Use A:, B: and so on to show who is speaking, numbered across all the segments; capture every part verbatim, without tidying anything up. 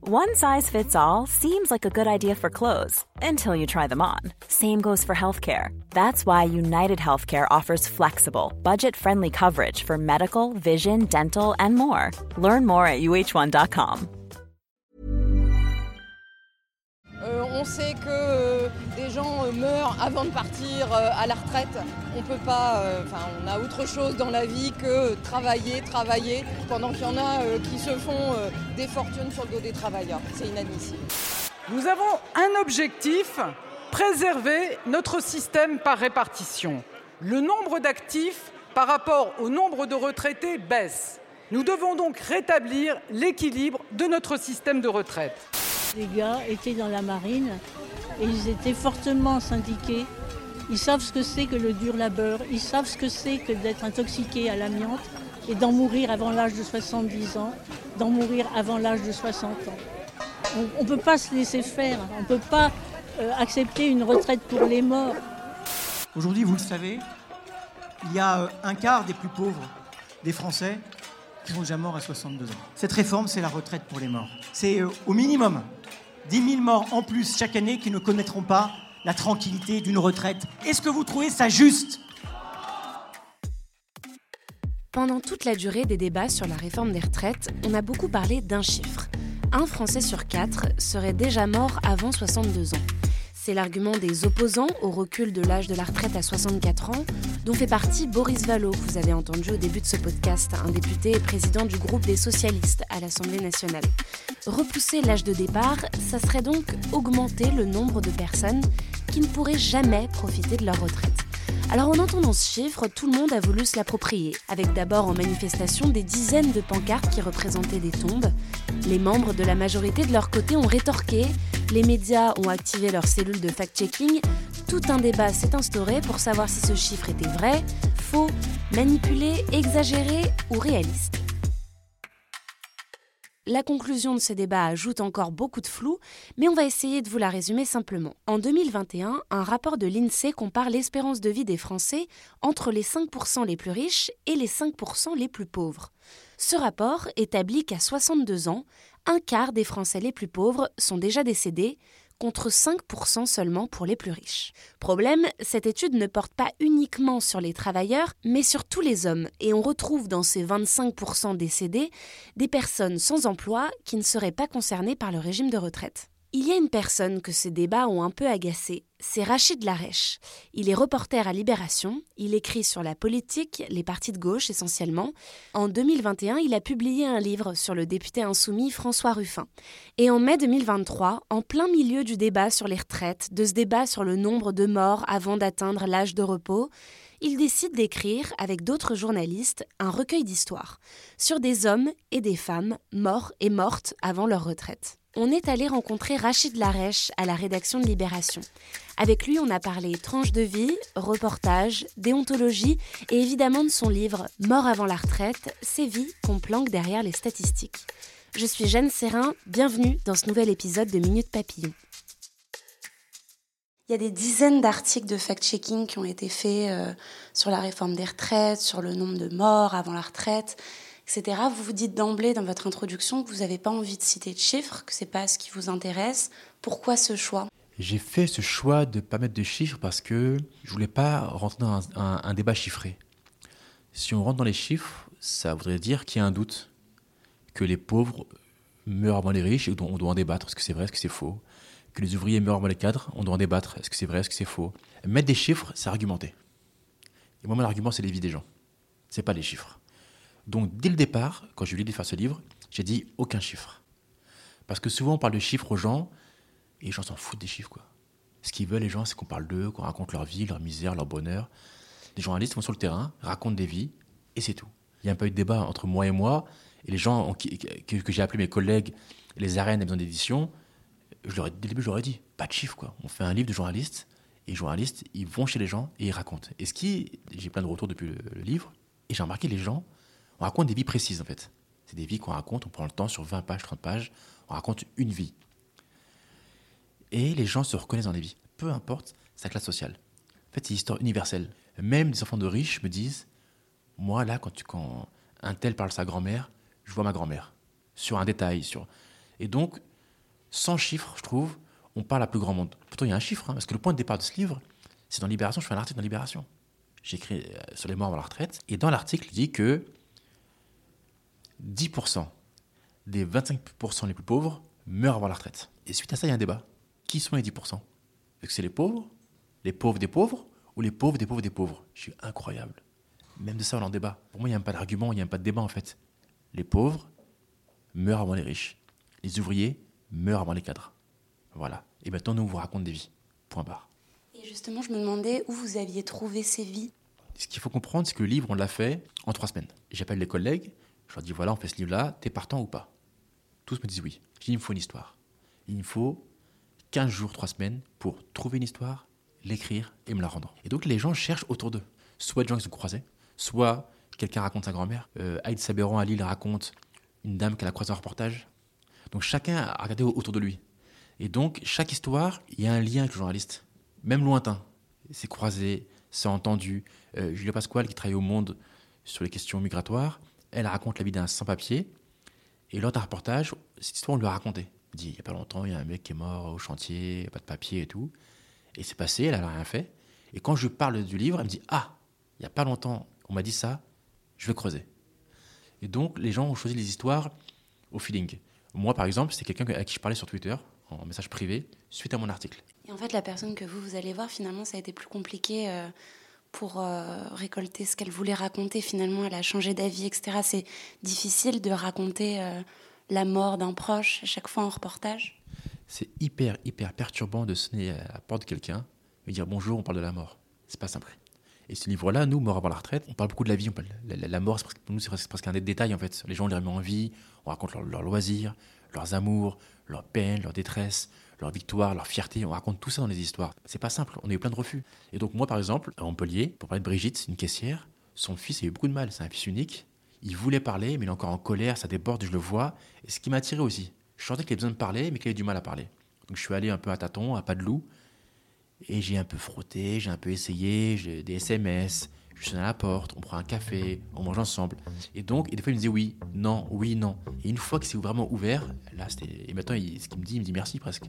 A: One size fits all seems like a good idea for clothes until you try them on. Same goes for healthcare. That's why United Healthcare offers flexible, budget-friendly coverage for medical, vision, dental, and more. Learn more at U H one dot com.
B: Euh, on sait que euh, des gens euh, meurent avant de partir euh, à la retraite. On peut pas, euh, enfin, on a autre chose dans la vie que travailler, travailler, pendant qu'il y en a euh, qui se font euh, des fortunes sur le dos des travailleurs. C'est inadmissible.
C: Nous avons un objectif, préserver notre système par répartition. Le nombre d'actifs par rapport au nombre de retraités baisse. Nous devons donc rétablir l'équilibre de notre système de retraite.
D: Les gars étaient dans la marine et ils étaient fortement syndiqués. Ils savent ce que c'est que le dur labeur, ils savent ce que c'est que d'être intoxiqué à l'amiante et d'en mourir avant l'âge de soixante-dix ans, d'en mourir avant l'âge de soixante ans. On ne peut pas se laisser faire, on ne peut pas euh, accepter une retraite pour les morts.
E: Aujourd'hui, vous le savez, il y a un quart des plus pauvres des Français qui sont déjà morts à soixante-deux ans. Cette réforme, c'est la retraite pour les morts. C'est euh, au minimum dix mille morts en plus chaque année qui ne connaîtront pas la tranquillité d'une retraite. Est-ce que vous trouvez ça juste ?
F: Pendant toute la durée des débats sur la réforme des retraites, on a beaucoup parlé d'un chiffre. Un Français sur quatre serait déjà mort avant soixante-deux ans. C'est l'argument des opposants au recul de l'âge de la retraite à soixante-quatre ans, dont fait partie Boris Vallaud, que vous avez entendu au début de ce podcast, un député et président du groupe des socialistes à l'Assemblée nationale. Repousser l'âge de départ, ça serait donc augmenter le nombre de personnes qui ne pourraient jamais profiter de leur retraite. Alors en entendant ce chiffre, tout le monde a voulu se l'approprier, avec d'abord en manifestation des dizaines de pancartes qui représentaient des tombes. Les membres de la majorité de leur côté ont rétorqué, les médias ont activé leurs cellules de fact-checking, tout un débat s'est instauré pour savoir si ce chiffre était vrai, faux, manipulé, exagéré ou réaliste. La conclusion de ce débat ajoute encore beaucoup de flou, mais on va essayer de vous la résumer simplement. En deux mille vingt et un, un rapport de l'INSEE compare l'espérance de vie des Français entre les cinq pour cent les plus riches et les cinq pour cent les plus pauvres. Ce rapport établit qu'à soixante-deux ans, un quart des Français les plus pauvres sont déjà décédés, contre cinq pour cent seulement pour les plus riches. Problème, cette étude ne porte pas uniquement sur les travailleurs, mais sur tous les hommes, et on retrouve dans ces vingt-cinq pour cent décédés des personnes sans emploi qui ne seraient pas concernées par le régime de retraite. Il y a une personne que ces débats ont un peu agacé, c'est Rachid Larèche. Il est reporter à Libération, il écrit sur la politique, les partis de gauche essentiellement. En deux mille vingt et un, il a publié un livre sur le député insoumis François Ruffin. Et en mai deux mille vingt-trois, en plein milieu du débat sur les retraites, de ce débat sur le nombre de morts avant d'atteindre l'âge de repos, il décide d'écrire, avec d'autres journalistes, un recueil d'histoires sur des hommes et des femmes morts et mortes avant leur retraite. On est allé rencontrer Rachid Larèche à la rédaction de Libération. Avec lui, on a parlé tranche de vie, reportage, déontologie et évidemment de son livre « Mort avant la retraite, ces vies qu'on planque derrière les statistiques ». Je suis Jeanne Serrin, bienvenue dans ce nouvel épisode de Minute Papillon. Il y a des dizaines d'articles de fact-checking qui ont été faits euh, sur la réforme des retraites, sur le nombre de morts avant la retraite, et cetera. Vous vous dites d'emblée dans votre introduction que vous n'avez pas envie de citer de chiffres, que ce n'est pas ce qui vous intéresse. Pourquoi ce choix ?
G: J'ai fait ce choix de ne pas mettre de chiffres parce que je ne voulais pas rentrer dans un, un, un débat chiffré. Si on rentre dans les chiffres, ça voudrait dire qu'il y a un doute, que les pauvres meurent avant les riches et on doit en débattre. Est-ce que c'est vrai, est-ce que c'est faux ? Que les ouvriers meurent avant les cadres, on doit en débattre. Est-ce que c'est vrai, est-ce que c'est faux ? Mettre des chiffres, c'est argumenter. Et moi, mon argument, c'est les vies des gens. Ce n'est pas les chiffres. Donc, dès le départ, quand j'ai eu l'idée de faire ce livre, j'ai dit aucun chiffre. Parce que souvent, on parle de chiffres aux gens, et les gens s'en foutent des chiffres, quoi. Ce qu'ils veulent, les gens, c'est qu'on parle d'eux, qu'on raconte leur vie, leur misère, leur bonheur. Les journalistes vont sur le terrain, racontent des vies, et c'est tout. Il y a un peu eu de débat entre moi et moi, et les gens qui, que, que j'ai appelés mes collègues, les arènes et maisons d'édition, je leur ai, dès le début, je leur ai dit, pas de chiffres, quoi. On fait un livre de journalistes, et les journalistes, ils vont chez les gens et ils racontent. Et ce qui, j'ai plein de retours depuis le, le livre, et j'ai remarqué les gens, on raconte des vies précises, en fait. C'est des vies qu'on raconte, on prend le temps sur vingt pages, trente pages, on raconte une vie. Et les gens se reconnaissent dans les vies, peu importe sa classe sociale. En fait, c'est une histoire universelle. Même des enfants de riches me disent, moi, là, quand, tu, quand un tel parle de sa grand-mère, je vois ma grand-mère, sur un détail. Sur... Et donc, sans chiffres, je trouve, on parle à plus grand monde. Pourtant, il y a un chiffre, hein, parce que le point de départ de ce livre, c'est dans Libération, je fais un article dans Libération. J'ai écrit euh, sur les morts avant la retraite, et dans l'article, il dit que dix pour cent des vingt-cinq pour cent les plus pauvres meurent avant la retraite. Et suite à ça, il y a un débat. Qui sont les dix pour cent ? Est-ce que c'est les pauvres, les pauvres des pauvres, ou les pauvres des pauvres des pauvres ? Je suis incroyable. Même de ça, on en débat. Pour moi, il n'y a même pas d'argument, il n'y a même pas de débat, en fait. Les pauvres meurent avant les riches. Les ouvriers meurent avant les cadres. Voilà. Et maintenant, nous, on vous raconte des vies. Point barre.
F: Et justement, je me demandais où vous aviez trouvé ces vies.
G: Ce qu'il faut comprendre, c'est que le livre, on l'a fait en trois semaines. J'appelle les collègues, je leur dis, voilà, on fait ce livre-là, t'es partant ou pas ? Tous me disent oui. Je dis, il me faut une histoire. Il me faut quinze jours, trois semaines pour trouver une histoire, l'écrire et me la rendre. Et donc, les gens cherchent autour d'eux. Soit des gens qui se croisaient, soit quelqu'un raconte sa grand-mère. Euh, Aïd Sabéran à Lille raconte une dame qu'elle a croisée en reportage. Donc, chacun a regardé autour de lui. Et donc, chaque histoire, il y a un lien avec le journaliste, même lointain. C'est croisé, c'est entendu. Euh, Julia Pasquale, qui travaille au Monde sur les questions migratoires, elle raconte la vie d'un sans-papier. Et lors d'un reportage, cette histoire, on lui a raconté. Elle dit, il n'y a pas longtemps, il y a un mec qui est mort au chantier, il n'y a pas de papier et tout. Et c'est passé, elle n'a rien fait. Et quand je parle du livre, elle me dit, ah, il n'y a pas longtemps, on m'a dit ça, je vais creuser. Et donc, les gens ont choisi les histoires au feeling. Moi, par exemple, c'est quelqu'un à qui je parlais sur Twitter, en message privé, suite à mon article.
F: Et en fait, la personne que vous, vous allez voir, finalement, ça a été plus compliqué euh, pour euh, récolter ce qu'elle voulait raconter. Finalement, elle a changé d'avis, et cetera. C'est difficile de raconter euh, la mort d'un proche à chaque fois en reportage.
G: C'est hyper, hyper perturbant de sonner à la porte de quelqu'un et dire bonjour, on parle de la mort. C'est pas simple. Et ce livre-là, nous, Mort avant la retraite, on parle beaucoup de la vie. On parle, la, la, la mort, c'est presque, pour nous, c'est presque, c'est presque un détail, en fait. Les gens, on les remet en vie, on raconte leurs leur loisirs, leurs amours, leurs peines, leurs détresses, leurs victoires, leurs fiertés. On raconte tout ça dans les histoires. C'est pas simple, on a eu plein de refus. Et donc, moi, par exemple, à Montpellier, pour parler de Brigitte, une caissière, son fils a eu beaucoup de mal. C'est un fils unique. Il voulait parler, mais il est encore en colère, ça déborde, je le vois. Et ce qui m'a attiré aussi, je sentais qu'il avait besoin de parler, mais qu'il avait du mal à parler. Donc, je suis allé un peu à tâtons, à pas de loup. Et j'ai un peu frotté, j'ai un peu essayé, j'ai des S M S, je sonne à la porte, on prend un café, on mange ensemble. Et donc, et des fois, il me disait oui, non, oui, non. Et une fois que c'est vraiment ouvert, là, c'était... Et maintenant, il, ce qu'il me dit, il me dit merci presque.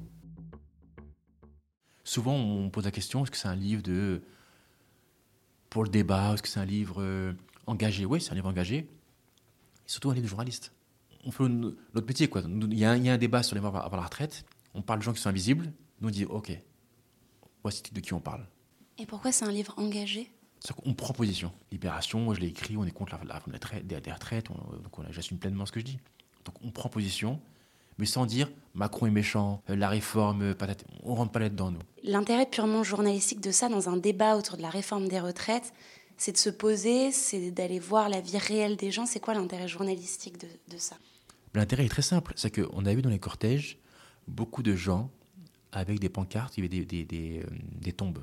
G: Souvent, on pose la question, est-ce que c'est un livre de... pour le débat, est-ce que c'est un livre euh, engagé ? Oui, c'est un livre engagé. Et surtout un livre de journaliste. On fait notre métier, quoi. Il y a un, il y a un débat sur les morts avant la retraite, on parle de gens qui sont invisibles, nous on dit ok. Voici de qui on parle.
F: Et pourquoi c'est un livre engagé ?
G: C'est-à-dire qu'on prend position. Libération, moi je l'ai écrit, on est contre la, la réforme des, des retraites, on, donc on, j'assume pleinement ce que je dis. Donc on prend position, mais sans dire Macron est méchant, euh, la réforme, patate, on ne rentre pas là-dedans, nous.
F: L'intérêt purement journalistique de ça, dans un débat autour de la réforme des retraites, c'est de se poser, c'est d'aller voir la vie réelle des gens. C'est quoi l'intérêt journalistique de, de ça ?
G: L'intérêt est très simple, c'est qu'on a vu dans les cortèges beaucoup de gens avec des pancartes, il y avait des, des, des, euh, des tombes.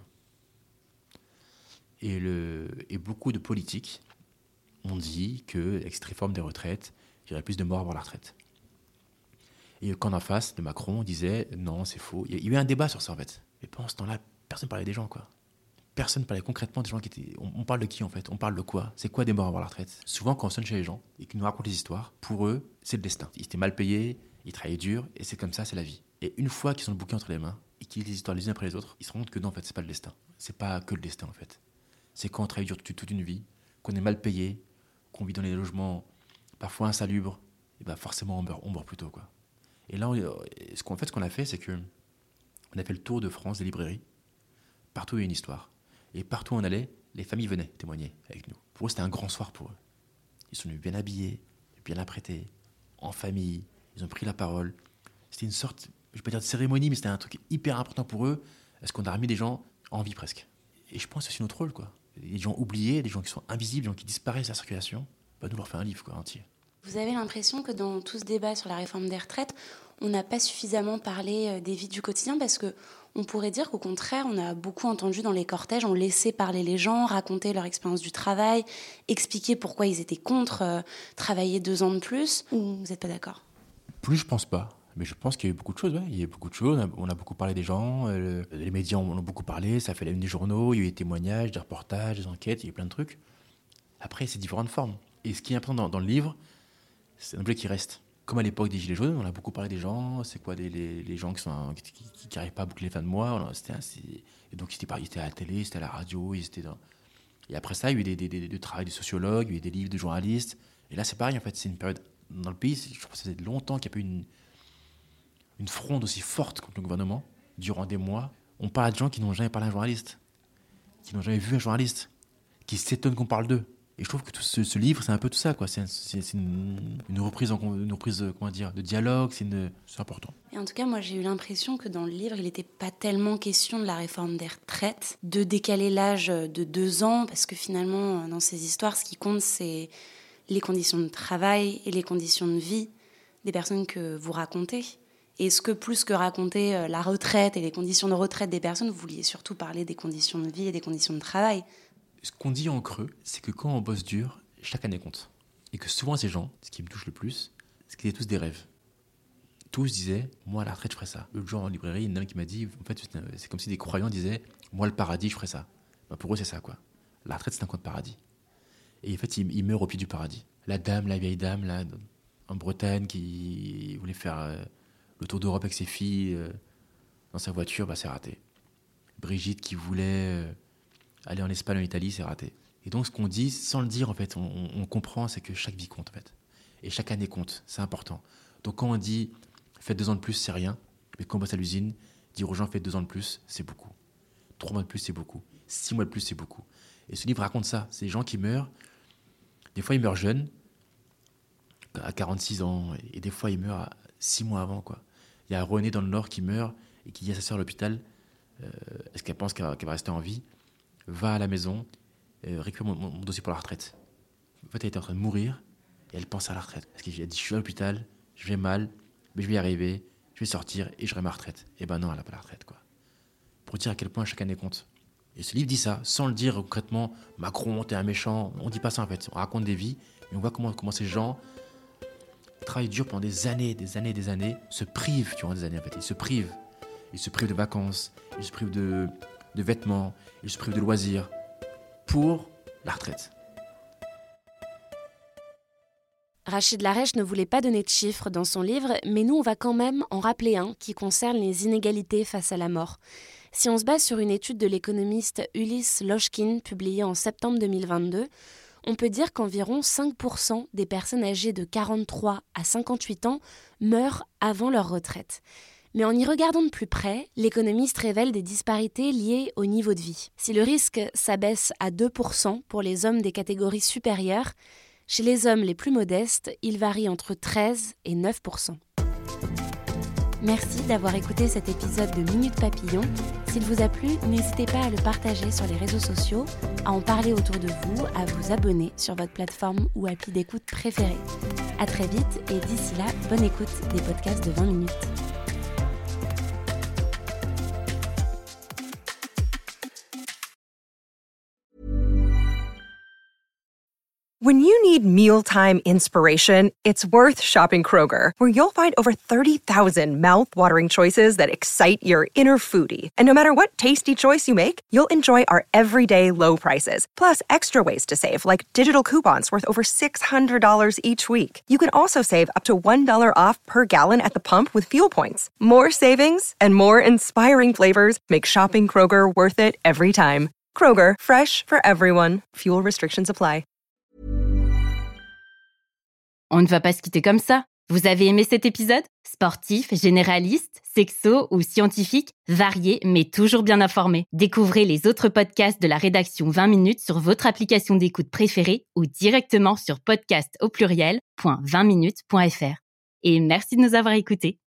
G: Et, le, et beaucoup de politiques ont dit qu'avec cette réforme des retraites, il y aurait plus de morts avant la retraite. Et quand en face de Macron disait non, c'est faux. Il y a eu un débat sur ça en fait. Mais pendant ce temps-là, personne ne parlait des gens, quoi. Personne ne parlait concrètement des gens qui étaient... On, on parle de qui en fait ? On parle de quoi ? C'est quoi des morts avant la retraite ? Souvent quand on sonne chez les gens et qu'ils nous racontent les histoires, pour eux, c'est le destin. Ils étaient mal payés, ils travaillaient dur, et c'est comme ça, c'est la vie. Et une fois qu'ils ont le bouquin entre les mains et qu'ils lisent les histoires les unes après les autres, ils se rendent compte que non, en fait, c'est pas le destin. C'est pas que le destin, en fait. C'est quand on travaille dur toute, toute une vie, qu'on est mal payé, qu'on vit dans les logements parfois insalubres, et ben forcément on meurt, on meurt plus tôt, quoi. Et là, on, ce qu'on, en fait, ce qu'on a fait, c'est que on a fait le tour de France des librairies. Partout il y a une histoire. Et partout où on allait, les familles venaient témoigner avec nous. Pour eux, c'était un grand soir pour eux. Ils sont venus bien habillés, bien apprêtés, en famille. Ils ont pris la parole. C'était une sorte, je ne vais pas dire de cérémonie, mais c'était un truc hyper important pour eux. Parce qu'on a remis des gens en vie presque. Et je pense que c'est notre rôle, quoi. Des gens oubliés, des gens qui sont invisibles, des gens qui disparaissent de la circulation. Bah, nous leur fait un livre, quoi, entier.
F: Vous avez l'impression que dans tout ce débat sur la réforme des retraites, on n'a pas suffisamment parlé des vies du quotidien, parce qu'on pourrait dire qu'au contraire, on a beaucoup entendu dans les cortèges, on laissait parler les gens, raconter leur expérience du travail, expliquer pourquoi ils étaient contre euh, travailler deux ans de plus. Ou vous n'êtes pas d'accord ?
G: Plus, je pense pas. Mais je pense qu'il y a eu beaucoup de choses, ouais. Il y a eu beaucoup de choses. On a, on a beaucoup parlé des gens, euh, les médias en ont beaucoup parlé, ça a fait la une des journaux, il y a eu des témoignages, des reportages, des enquêtes, il y a eu plein de trucs. Après, c'est différentes formes. Et ce qui est important dans, dans le livre, c'est un objet qui reste. Comme à l'époque des Gilets jaunes, on a beaucoup parlé des gens, c'est quoi les, les, les gens qui sont qui n'arrivent pas à boucler les fins de mois. C'était assez... Et donc, ils étaient, ils étaient à la télé, c'était à la radio, ils étaient dans... Et après ça, il y a eu des, des, des, des travaux de sociologues, il y a eu des livres de journalistes. Et là, c'est pareil, en fait, c'est une période dans le pays, je crois que ça faisait longtemps qu'il n'y a pas eu une, une fronde aussi forte contre le gouvernement, durant des mois. On parle de gens qui n'ont jamais parlé à un journaliste, qui n'ont jamais vu un journaliste, qui s'étonnent qu'on parle d'eux. Et je trouve que tout ce, ce livre, c'est un peu tout ça, quoi. C'est, un, c'est, c'est une, une reprise, en, une reprise comment dire, de dialogue, c'est, une, c'est important.
F: Et en tout cas, moi, j'ai eu l'impression que dans le livre, il n'était pas tellement question de la réforme des retraites, de décaler l'âge de deux ans, parce que finalement, dans ces histoires, ce qui compte, c'est les conditions de travail et les conditions de vie des personnes que vous racontez. Et est-ce que plus que raconter la retraite et les conditions de retraite des personnes, vous vouliez surtout parler des conditions de vie et des conditions de travail ?
G: Ce qu'on dit en creux, c'est que quand on bosse dur, chaque année compte. Et que souvent, ces gens, ce qui me touche le plus, c'est qu'ils avaient tous des rêves. Tous disaient, moi, à la retraite, je ferais ça. L'autre jour, en librairie, il y en a un qui m'a dit, en fait, c'est comme si des croyants disaient, moi, le paradis, je ferais ça. Ben, pour eux, c'est ça, quoi. La retraite, c'est un coin de paradis. Et en fait, ils, ils meurent au pied du paradis. La dame, la vieille dame, là, en Bretagne, qui voulait faire euh, le tour d'Europe avec ses filles euh, dans sa voiture, bah, c'est raté. Brigitte, qui voulait... Euh, aller en Espagne, en Italie, c'est raté. Et donc, ce qu'on dit, sans le dire, en fait, on, on, on comprend, c'est que chaque vie compte, en fait. Et chaque année compte, c'est important. Donc, quand on dit « faites deux ans de plus, c'est rien », mais quand on bosse à l'usine, dire aux gens « faites deux ans de plus, c'est beaucoup ». Trois mois de plus, c'est beaucoup. Six mois de plus, c'est beaucoup. Et ce livre raconte ça. C'est des gens qui meurent. Des fois, ils meurent jeunes, à quarante-six ans, et des fois, ils meurent à six mois avant, quoi. Il y a René dans le Nord qui meurt et qui dit à sa sœur à l'hôpital euh, « est-ce qu'elle pense qu'elle va, qu'elle va rester en vie ?» Va à la maison, euh, récupère mon, mon dossier pour la retraite. En fait, elle était en train de mourir et elle pense à la retraite. Parce qu'elle dit, je suis à l'hôpital, je vais mal, mais je vais y arriver, je vais sortir et j'aurai ma retraite. Et ben non, elle n'a pas la retraite, quoi. Pour dire à quel point chaque année compte. Et ce livre dit ça, sans le dire concrètement, Macron, t'es un méchant. On dit pas ça, en fait. On raconte des vies et on voit comment, comment ces gens travaillent dur pendant des années, des années, des années, se privent durant des années, en fait. Ils se privent. Ils se privent de vacances, ils se privent de... de vêtements, ils se privent de loisirs pour la retraite.
F: Rachid Larèche ne voulait pas donner de chiffres dans son livre, mais nous, on va quand même en rappeler un qui concerne les inégalités face à la mort. Si on se base sur une étude de l'économiste Ulysse Loshkin, publiée en septembre deux mille vingt-deux, on peut dire qu'environ cinq pour cent des personnes âgées de quarante-trois à cinquante-huit ans meurent avant leur retraite. Mais en y regardant de plus près, l'économiste révèle des disparités liées au niveau de vie. Si le risque s'abaisse à deux pour cent pour les hommes des catégories supérieures, chez les hommes les plus modestes, il varie entre treize et neuf pour cent. Merci d'avoir écouté cet épisode de Minute Papillon. S'il vous a plu, n'hésitez pas à le partager sur les réseaux sociaux, à en parler autour de vous, à vous abonner sur votre plateforme ou appli d'écoute préférée. À très vite et d'ici là, bonne écoute des podcasts de vingt minutes.
H: When you need mealtime inspiration, it's worth shopping Kroger, where you'll find over thirty thousand mouth-watering choices that excite your inner foodie. And no matter what tasty choice you make, you'll enjoy our everyday low prices, plus extra ways to save, like digital coupons worth over six hundred dollars each week. You can also save up to one dollar off per gallon at the pump with fuel points. More savings and more inspiring flavors make shopping Kroger worth it every time. Kroger, fresh for everyone. Fuel restrictions apply.
I: On ne va pas se quitter comme ça. Vous avez aimé cet épisode ? Sportif, généraliste, sexo ou scientifique, varié mais toujours bien informé. Découvrez les autres podcasts de la rédaction vingt minutes sur votre application d'écoute préférée ou directement sur podcast au pluriel point vingt minutes point f r. Et merci de nous avoir écoutés.